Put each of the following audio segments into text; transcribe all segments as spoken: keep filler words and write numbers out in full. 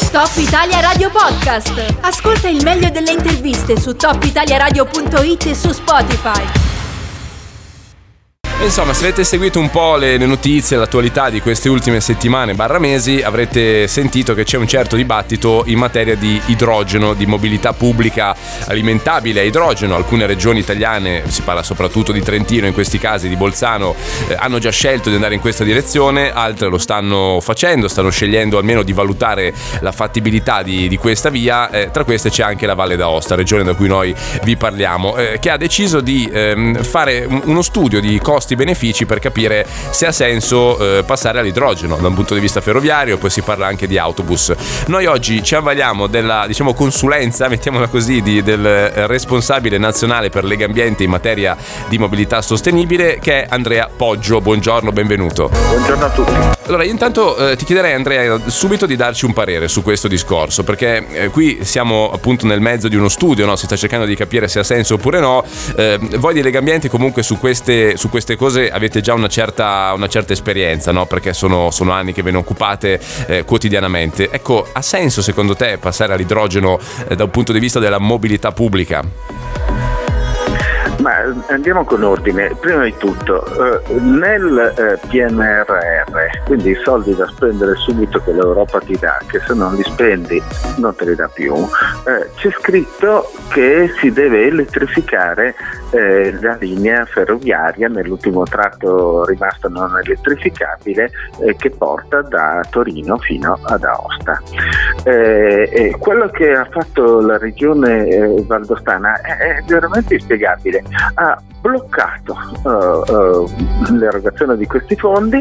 Top Italia Radio Podcast. Ascolta il meglio delle interviste su top italia radio punto it e su Spotify. Insomma, se avete seguito un po' le, le notizie, l'attualità di queste ultime settimane barra mesi, avrete sentito che c'è un certo dibattito in materia di idrogeno, di mobilità pubblica alimentabile a idrogeno. Alcune regioni italiane, si parla soprattutto di Trentino in questi casi, di Bolzano, eh, hanno già scelto di andare in questa direzione, altre lo stanno facendo, stanno scegliendo almeno di valutare la fattibilità di, di questa via. Eh, tra queste c'è anche la Valle d'Aosta, regione da cui noi vi parliamo, eh, che ha deciso di ehm, fare uno studio di costi benefici per capire se ha senso eh, passare all'idrogeno da un punto di vista ferroviario. Poi si parla anche di autobus. Noi oggi ci avvaliamo della, diciamo, consulenza, mettiamola così, di, del responsabile nazionale per Legambiente in materia di mobilità sostenibile, che è Andrea Poggio. Buongiorno, benvenuto. Buongiorno a tutti. Allora, io intanto eh, ti chiederei, Andrea, subito di darci un parere su questo discorso, perché eh, qui siamo appunto nel mezzo di uno studio, no? Si sta cercando di capire se ha senso oppure no. Eh, voi di Legambiente comunque su queste, su queste cose avete già una certa, una certa esperienza, no? Perché sono, sono anni che ve ne occupate eh, quotidianamente. Ecco, ha senso secondo te passare all'idrogeno eh, da un punto di vista della mobilità pubblica? Ma andiamo con ordine. Prima di tutto, eh, nel eh, P N R R, quindi i soldi da spendere subito che l'Europa ti dà, che se non li spendi non te li dà più, eh, c'è scritto che si deve elettrificare eh, la linea ferroviaria nell'ultimo tratto rimasto non elettrificabile eh, che porta da Torino fino ad Aosta. Eh, e quello che ha fatto la regione eh, valdostana è, è veramente inspiegabile. Ha bloccato uh, uh, l'erogazione di questi fondi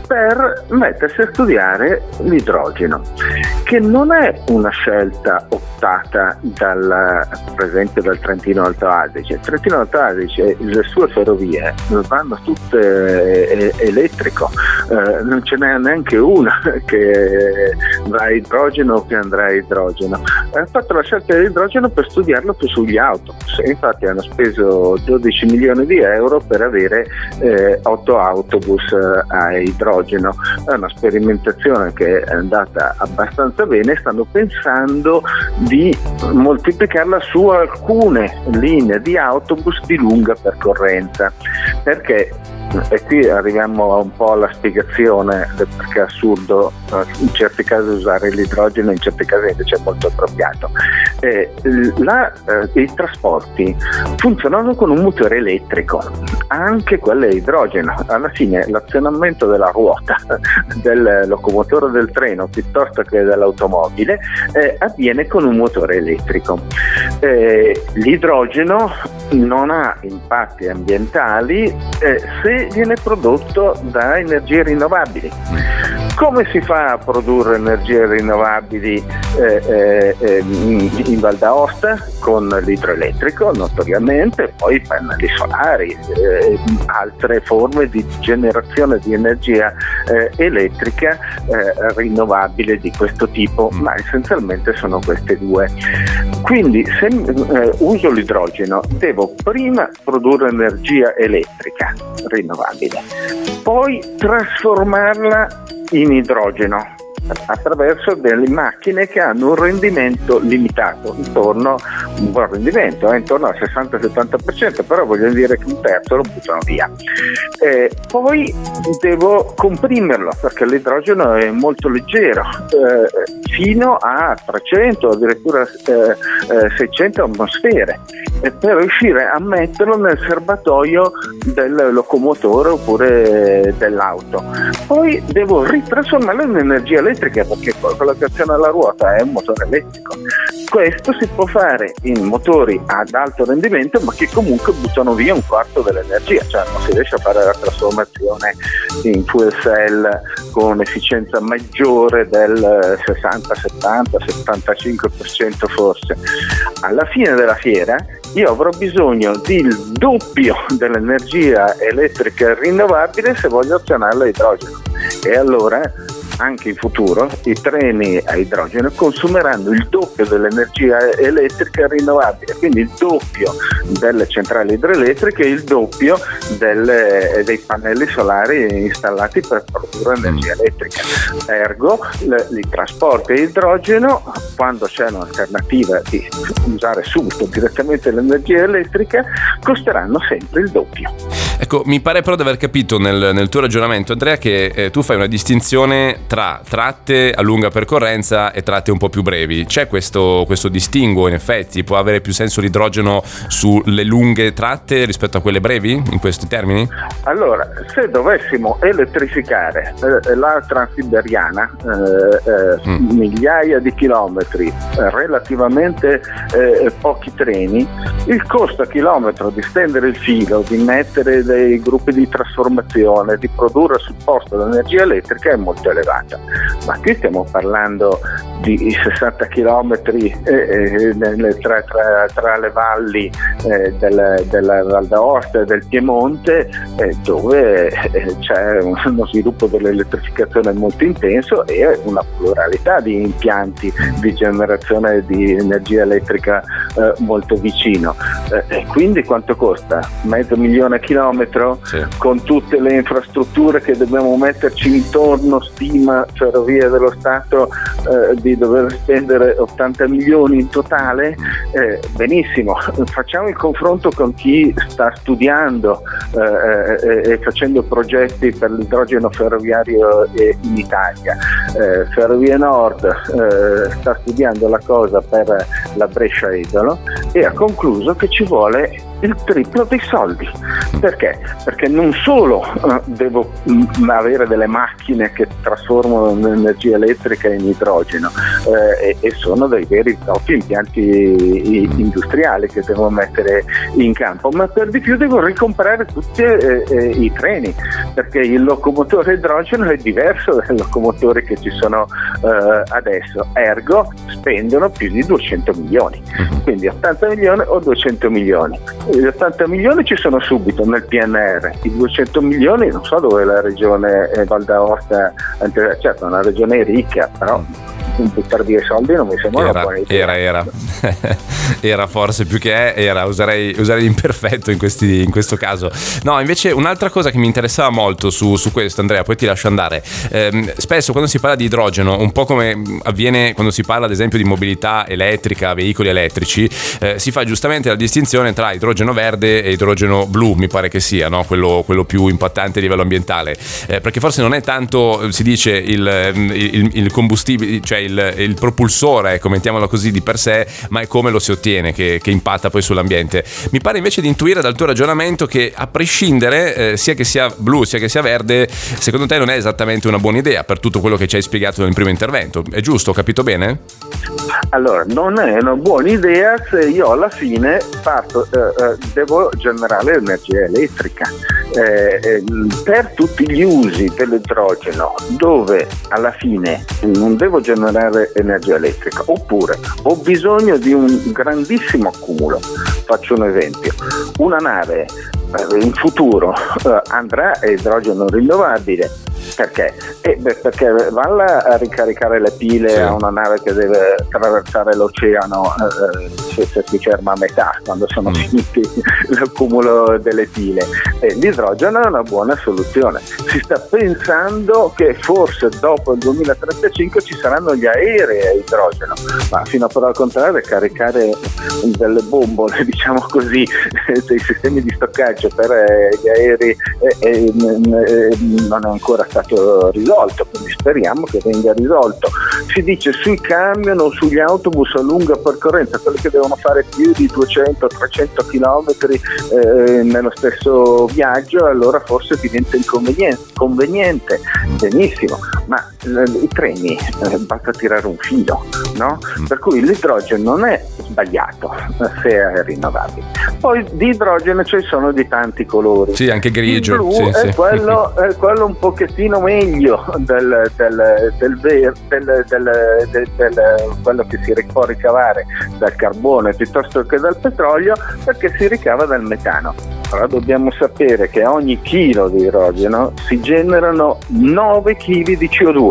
per mettersi a studiare l'idrogeno, che non è una scelta optata dal, per esempio dal Trentino Alto Adige. Il Trentino Alto Adige, le sue ferrovie vanno tutte eh, elettrico, eh, non ce n'è neanche una che va a idrogeno o che andrà a idrogeno. Ha fatto la scelta dell'idrogeno per studiarlo più sugli autobus, e infatti hanno speso dodici milioni di euro per avere eh, otto autobus eh, a idrogeno. È una sperimentazione che è andata abbastanza bene. Stanno pensando di moltiplicarla su alcune linee di autobus di lunga percorrenza, perché, e qui arriviamo un po' alla spiegazione del perché è assurdo in certi casi usare l'idrogeno, in certi casi invece è molto appropriato. Eh, la, eh, i trasporti funzionano con un motore elettrico, anche quello è idrogeno. Alla fine l'azionamento della ruota del locomotore del treno piuttosto che dell'automobile eh, avviene con un motore elettrico. Eh, l'idrogeno non ha impatti ambientali eh, se viene prodotto da energie rinnovabili. Come si fa a produrre energie rinnovabili eh, eh, eh, in Val d'Aosta? Con l'idroelettrico, notoriamente, poi pannelli solari, eh, altre forme di generazione di energia eh, elettrica eh, rinnovabile di questo tipo, ma essenzialmente sono queste due. Quindi se eh, uso l'idrogeno devo prima produrre energia elettrica rinnovabile, poi trasformarla in idrogeno attraverso delle macchine che hanno un rendimento limitato, intorno un buon rendimento, eh, intorno al sessanta settanta per cento, però voglio dire che un terzo lo buttano via. Eh, poi devo comprimerlo, perché l'idrogeno è molto leggero, eh, fino a trecento, addirittura eh, eh, seicento atmosfere, eh, per riuscire a metterlo nel serbatoio del locomotore oppure dell'auto. Poi devo ritrasformarlo in energia elettrica, perché quello che aziona la ruota è un motore elettrico. Questo si può fare in motori ad alto rendimento, ma che comunque buttano via un quarto dell'energia, cioè non si riesce a fare la trasformazione in fuel cell con efficienza maggiore del sessanta, settanta, settantacinque per cento forse. Alla fine della fiera io avrò bisogno del doppio dell'energia elettrica rinnovabile se voglio azionarla a idrogeno, e allora anche in futuro i treni a idrogeno consumeranno il doppio dell'energia elettrica rinnovabile, quindi il doppio delle centrali idroelettriche e il doppio delle, dei pannelli solari installati per produrre energia elettrica. Ergo i trasporti a idrogeno, quando c'è un'alternativa di usare subito direttamente l'energia elettrica, costeranno sempre il doppio. Ecco, mi pare però di aver capito nel, nel tuo ragionamento, Andrea, che eh, tu fai una distinzione tra tratte a lunga percorrenza e tratte un po' più brevi. C'è questo, questo distinguo, in effetti? Può avere più senso l'idrogeno sulle lunghe tratte rispetto a quelle brevi, in questi termini? Allora, se dovessimo elettrificare eh, la Transiberiana, eh, eh, mm. migliaia di chilometri, eh, relativamente eh, pochi treni, il costo a chilometro di stendere il filo, di mettere dei gruppi di trasformazione, di produrre sul posto l'energia elettrica è molto elevata. Ma qui stiamo parlando di sessanta chilometri eh, eh, tra, tra, tra le valli eh, del, della Val d'Aosta e del Piemonte, eh, dove eh, c'è uno sviluppo dell'elettrificazione molto intenso e una pluralità di impianti di generazione di energia elettrica eh, molto vicino. Eh, e quindi quanto costa? Mezzo milione a chilometro? Sì. Con tutte le infrastrutture che dobbiamo metterci intorno, stima Ferrovie dello Stato eh, di dover spendere ottanta milioni in totale. Eh, benissimo, facciamo il confronto con chi sta studiando eh, e facendo progetti per l'idrogeno ferroviario in Italia. eh, Ferrovie Nord eh, sta studiando la cosa per la Brescia-Edolo e ha concluso che ci vuole il triplo dei soldi. Perché? Perché non solo uh, devo mh, avere delle macchine che trasformano l'energia elettrica in idrogeno eh, e, e sono dei veri e propri impianti i, industriali che devo mettere in campo, ma per di più devo ricomprare tutti eh, eh, i treni, perché il locomotore idrogeno è diverso dai locomotori che ci sono eh, adesso, ergo spendono più di duecento milioni, quindi ottanta milioni o duecento milioni. Gli ottanta milioni ci sono subito nel P N R, i duecento milioni non so dove la regione Val d'Aosta, certo è una regione ricca, però buttare via i soldi non mi sembra era, una buona idea. Era, era, era forse più che è, era, userei, userei l'imperfetto in, questi, in questo caso. No, invece un'altra cosa che mi interessava molto su, su questo, Andrea, poi ti lascio andare. Eh, spesso quando si parla di idrogeno, un po' come avviene quando si parla ad esempio di mobilità elettrica, veicoli elettrici, eh, si fa giustamente la distinzione tra idrogeno verde e idrogeno blu, mi pare che sia, no? quello, quello più impattante a livello ambientale, eh, perché forse non è tanto, si dice, il, il, il combustibile, cioè Il, il propulsore, ecco, mettiamolo così, di per sé, ma è come lo si ottiene che, che impatta poi sull'ambiente. Mi pare invece di intuire dal tuo ragionamento che a prescindere eh, sia che sia blu sia che sia verde, secondo te non è esattamente una buona idea per tutto quello che ci hai spiegato nel primo intervento, è giusto? Ho capito bene? Allora, non è una buona idea se io alla fine parto, eh, eh, devo generare energia elettrica eh, eh, per tutti gli usi dell'idrogeno, dove alla fine non devo generare energia elettrica, oppure ho bisogno di un grandissimo accumulo. Faccio un esempio: una nave eh, in futuro eh, andrà a idrogeno rinnovabile. Perché? Eh, beh, perché valla a ricaricare le pile sì. a una nave che deve attraversare l'oceano eh, se, se si ferma a metà, quando sono mm. finiti l'accumulo delle pile. Eh, l'idrogeno è una buona soluzione. Si sta pensando che forse dopo il duemilatrentacinque ci saranno gli aerei a idrogeno, ma fino a prova contraria caricare delle bombole, diciamo così, dei sistemi di stoccaggio per eh, gli aerei eh, eh, eh, non è ancora stato risolto, quindi speriamo che venga risolto. Si dice sui camion o sugli autobus a lunga percorrenza, quelli che devono fare più di duecento trecento chilometri eh, nello stesso viaggio, allora forse diventa inconveniente, conveniente. Benissimo, ma eh, i treni eh, basta tirare un filo, no? Per cui l'idrogeno non è sbagliato se è rinnovabile. Poi di idrogeno ci sono di tanti colori. Sì, anche grigio. Il blu sì, è, sì. Quello, è quello un pochettino meglio del, del, del, ver, del, del, del, del quello che si può ricavare dal carbone piuttosto che dal petrolio, perché si ricava dal metano. Però dobbiamo sapere che a ogni chilo di idrogeno si generano nove chili di C O due.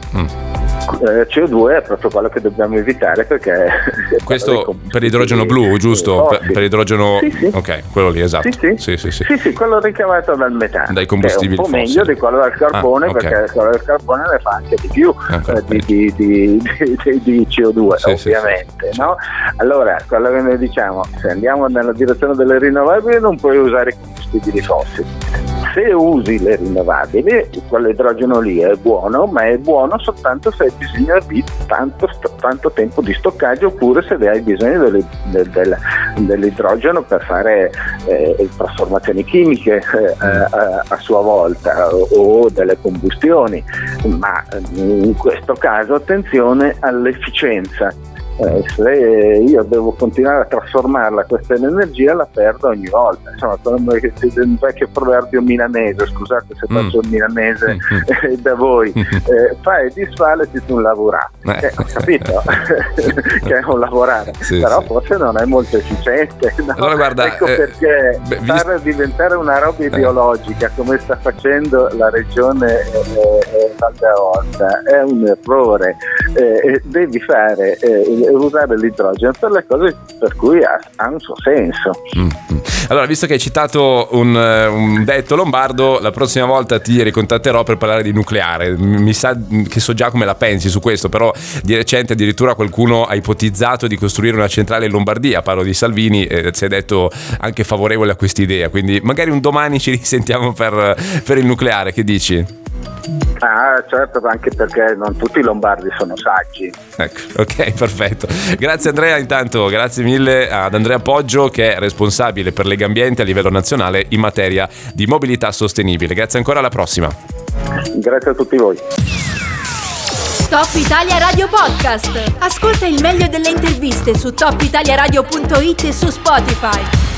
Mm. C O due è proprio quello che dobbiamo evitare, perché questo per idrogeno blu, giusto? Per, per idrogeno sì, sì. Ok, quello lì, esatto. Sì sì. Sì, sì, sì. sì, sì, quello ricavato dal metano, dai combustibili che è un po' fossili. meglio di quello del carbone, ah, okay. perché quello del carbone ne fa anche di più okay, eh, di, di, di, di, di C O due, sì, ovviamente, sì, sì. no? Allora, quello che noi diciamo, se andiamo nella direzione delle rinnovabili non puoi usare i combustibili fossili. Se usi le rinnovabili, quell'idrogeno lì è buono, ma è buono soltanto se hai bisogno di tanto, tanto tempo di stoccaggio, oppure se hai bisogno delle, del, del, dell'idrogeno per fare eh, trasformazioni chimiche eh, a, a sua volta, o, o delle combustioni. Ma in questo caso attenzione all'efficienza. Eh, se io devo continuare a trasformarla questa energia, la perdo ogni volta. Insomma, come un vecchio proverbio milanese, scusate se faccio mm. il milanese mm. da voi, eh, fa e disfale si tu un lavorare, eh, ho capito che è un lavorare, sì, però sì. forse non è molto efficiente, no? Allora, guarda, ecco eh, perché beh, far vi... diventare una roba eh. biologica come sta facendo la regione eh, Val d'Aosta è un errore. Eh, devi fare eh, usare l'idrogeno per le cose per cui ha, ha un suo senso. Mm-hmm. Allora, visto che hai citato un, un detto lombardo, la prossima volta ti ricontatterò per parlare di nucleare. Mi sa che so già come la pensi su questo, però di recente addirittura qualcuno ha ipotizzato di costruire una centrale in Lombardia, parlo di Salvini, e si è detto anche favorevole a quest'idea, quindi magari un domani ci risentiamo per, per il nucleare, che dici? Ah, certo, anche perché non tutti i lombardi sono saggi. Ecco, ok, perfetto. Grazie Andrea, intanto grazie mille ad Andrea Poggio, che è responsabile per Lega Ambiente a livello nazionale in materia di mobilità sostenibile. Grazie ancora, alla prossima. Grazie a tutti voi. Top Italia Radio Podcast. Ascolta il meglio delle interviste su top italia radio punto it e su Spotify.